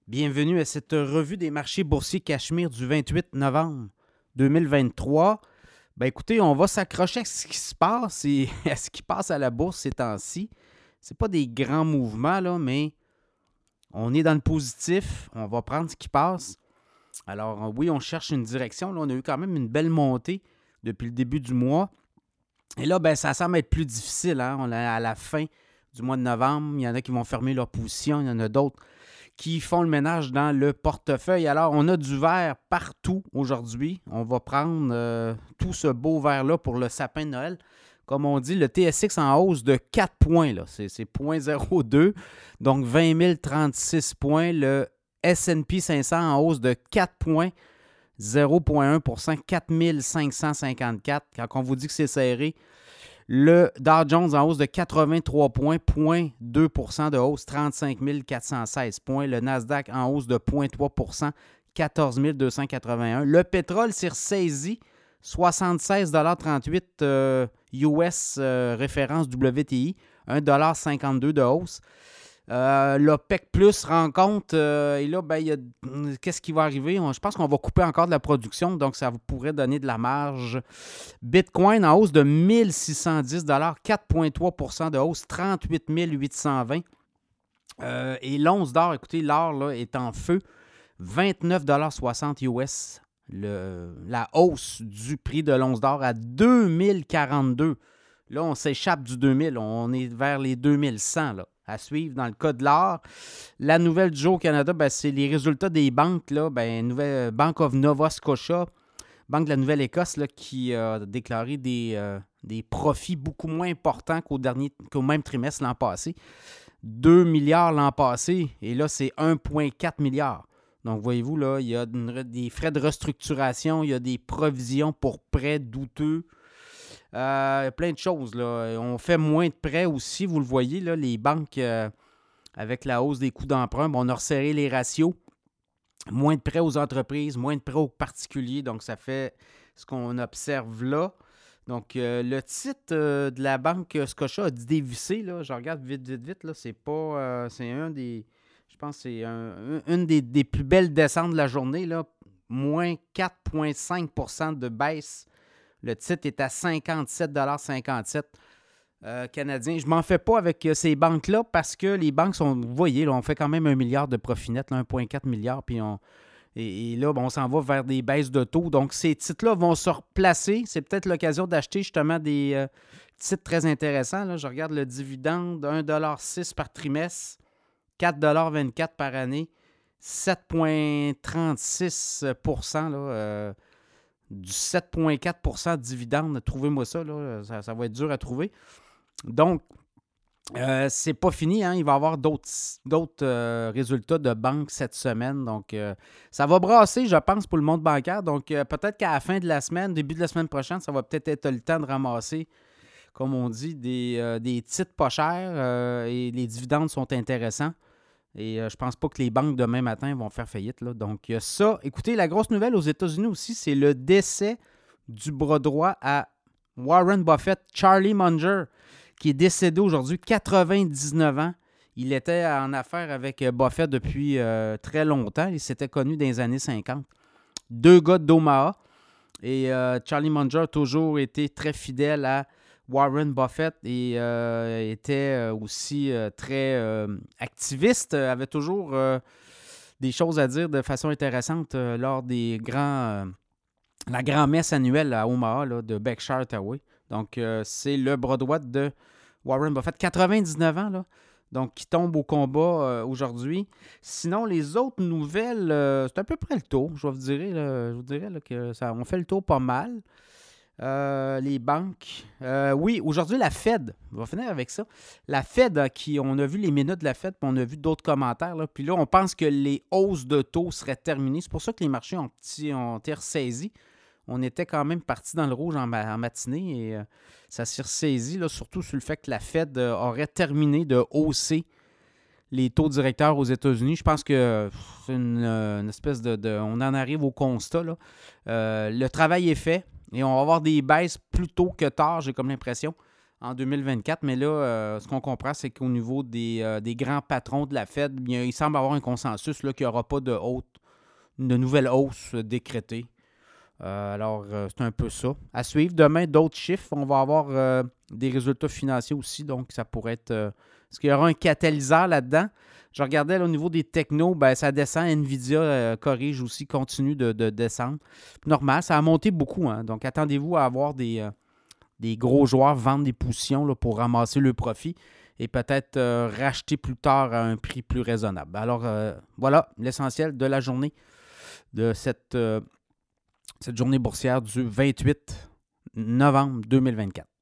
Bienvenue à cette revue des marchés boursiers Cachemire du 28 novembre 2023. Écoutez, on va s'accrocher à ce qui se passe et à ce qui passe à la bourse ces temps-ci. Ce n'est pas des grands mouvements, là, mais on est dans le positif. On va prendre ce qui passe. Alors, oui, on cherche une direction. Là, on a eu quand même une belle montée depuis le début du mois. Et là, ça semble être plus difficile. Hein? On est à la fin du mois de novembre. Il y en a qui vont fermer leur position. Il y en a d'autres qui font le ménage dans le portefeuille. Alors, on a du vert partout aujourd'hui. On va prendre tout ce beau vert-là pour le sapin de Noël. Comme on dit, le TSX en hausse de 4 points. Là. C'est 0,02. Donc, 20 036 points. Le S&P 500 en hausse de 4 points. 0,1 4 554. Quand on vous dit que c'est serré, le Dow Jones en hausse de 83 points, 0,2 de hausse, 35 416 points. Le Nasdaq en hausse de 0,3 14 281. Le pétrole s'est ressaisi, 76,38 US référence WTI, 1,52 de hausse. L'OPEC Plus rencontre, et là, qu'est-ce qui va arriver? Je pense qu'on va couper encore de la production, donc ça pourrait donner de la marge. Bitcoin en hausse de 1610 4,3 de hausse, 38 820. Et l'once d'or, écoutez, l'or là, est en feu, 29,60 US. La hausse du prix de l'once d'or à 2042. Là, on s'échappe du 2000, on est vers les 2100 là. À suivre dans le cas de l'or. La nouvelle du jour au Canada, c'est les résultats des banques. Là, nouvelle Bank of Nova Scotia, Banque de la Nouvelle-Écosse, là, qui a déclaré des profits beaucoup moins importants qu'au même trimestre l'an passé. 2 milliards l'an passé, et là, c'est 1,4 milliard. Donc, voyez-vous, là, il y a des frais de restructuration, il y a des provisions pour prêts douteux. Plein de choses. Là. On fait moins de prêts aussi, vous le voyez, là, les banques, avec la hausse des coûts d'emprunt, on a resserré les ratios. Moins de prêts aux entreprises, moins de prêts aux particuliers. Donc, ça fait ce qu'on observe là. Donc, le titre de la banque Scotia a dévissé. Là, je regarde vite. Là, c'est pas. C'est un des. Je pense que c'est une des plus belles descentes de la journée. Là, moins 4,5 de baisse. Le titre est à 57,57 canadiens. Je ne m'en fais pas avec ces banques-là parce que les banques sont, vous voyez, là, on fait quand même 1 milliard de profit net, 1,4 milliard, puis et là, on s'en va vers des baisses de taux. Donc, ces titres-là vont se replacer. C'est peut-être l'occasion d'acheter justement des titres très intéressants. Là. Je regarde le dividende, 1,6 $ par trimestre, 4,24 $ par année, 7,36 % là, du 7,4 % de dividende. Trouvez-moi ça, là, ça va être dur à trouver. Donc, c'est pas fini. Hein? Il va y avoir d'autres résultats de banque cette semaine. Donc, ça va brasser, je pense, pour le monde bancaire. Donc, peut-être qu'à la fin de la semaine, début de la semaine prochaine, ça va peut-être être le temps de ramasser, comme on dit, des titres pas chers et les dividendes sont intéressants. Et je pense pas que les banques demain matin vont faire faillite. Là. Donc, ça, écoutez, la grosse nouvelle aux États-Unis aussi, c'est le décès du bras droit à Warren Buffett, Charlie Munger, qui est décédé aujourd'hui, 99 ans. Il était en affaires avec Buffett depuis très longtemps. Il s'était connu dans les années 50. Deux gars d'Omaha. Et Charlie Munger a toujours été très fidèle à Warren Buffett et était aussi très activiste, avait toujours des choses à dire de façon intéressante lors des la grand-messe annuelle à Omaha là, de Berkshire Hathaway. Donc, c'est le bras droit de Warren Buffett, 99 ans, là, donc qui tombe au combat aujourd'hui. Sinon, les autres nouvelles, c'est à peu près le tour. Je vous dirais là, que on fait le tour pas mal. Les banques. Oui, aujourd'hui, la Fed, on va finir avec ça. La Fed, on a vu les minutes de la Fed, puis on a vu d'autres commentaires. Là, puis là, on pense que les hausses de taux seraient terminées. C'est pour ça que les marchés ont été ressaisis. On était quand même parti dans le rouge en matinée et ça s'est ressaisi, là, surtout sur le fait que la Fed aurait terminé de hausser les taux directeurs aux États-Unis. Je pense que c'est une espèce on en arrive au constat. Là. Le travail est fait. Et on va avoir des baisses plus tôt que tard, j'ai comme l'impression. en 2024. Mais là, ce qu'on comprend, c'est qu'au niveau des grands patrons de la Fed, bien, il semble avoir un consensus là, qu'il n'y aura pas de nouvelles hausses décrétées. Alors, c'est un peu ça. À suivre, demain, d'autres chiffres. On va avoir des résultats financiers aussi, donc ça pourrait être... est-ce qu'il y aura un catalyseur là-dedans? Je regardais là, au niveau des technos, ben, ça descend. Nvidia corrige aussi, continue de descendre. Normal, ça a monté beaucoup. Hein, donc, attendez-vous à avoir des gros joueurs vendre des positions là, pour ramasser le profit et peut-être racheter plus tard à un prix plus raisonnable. Alors, voilà l'essentiel de la journée de cette journée boursière du 28 novembre 2024.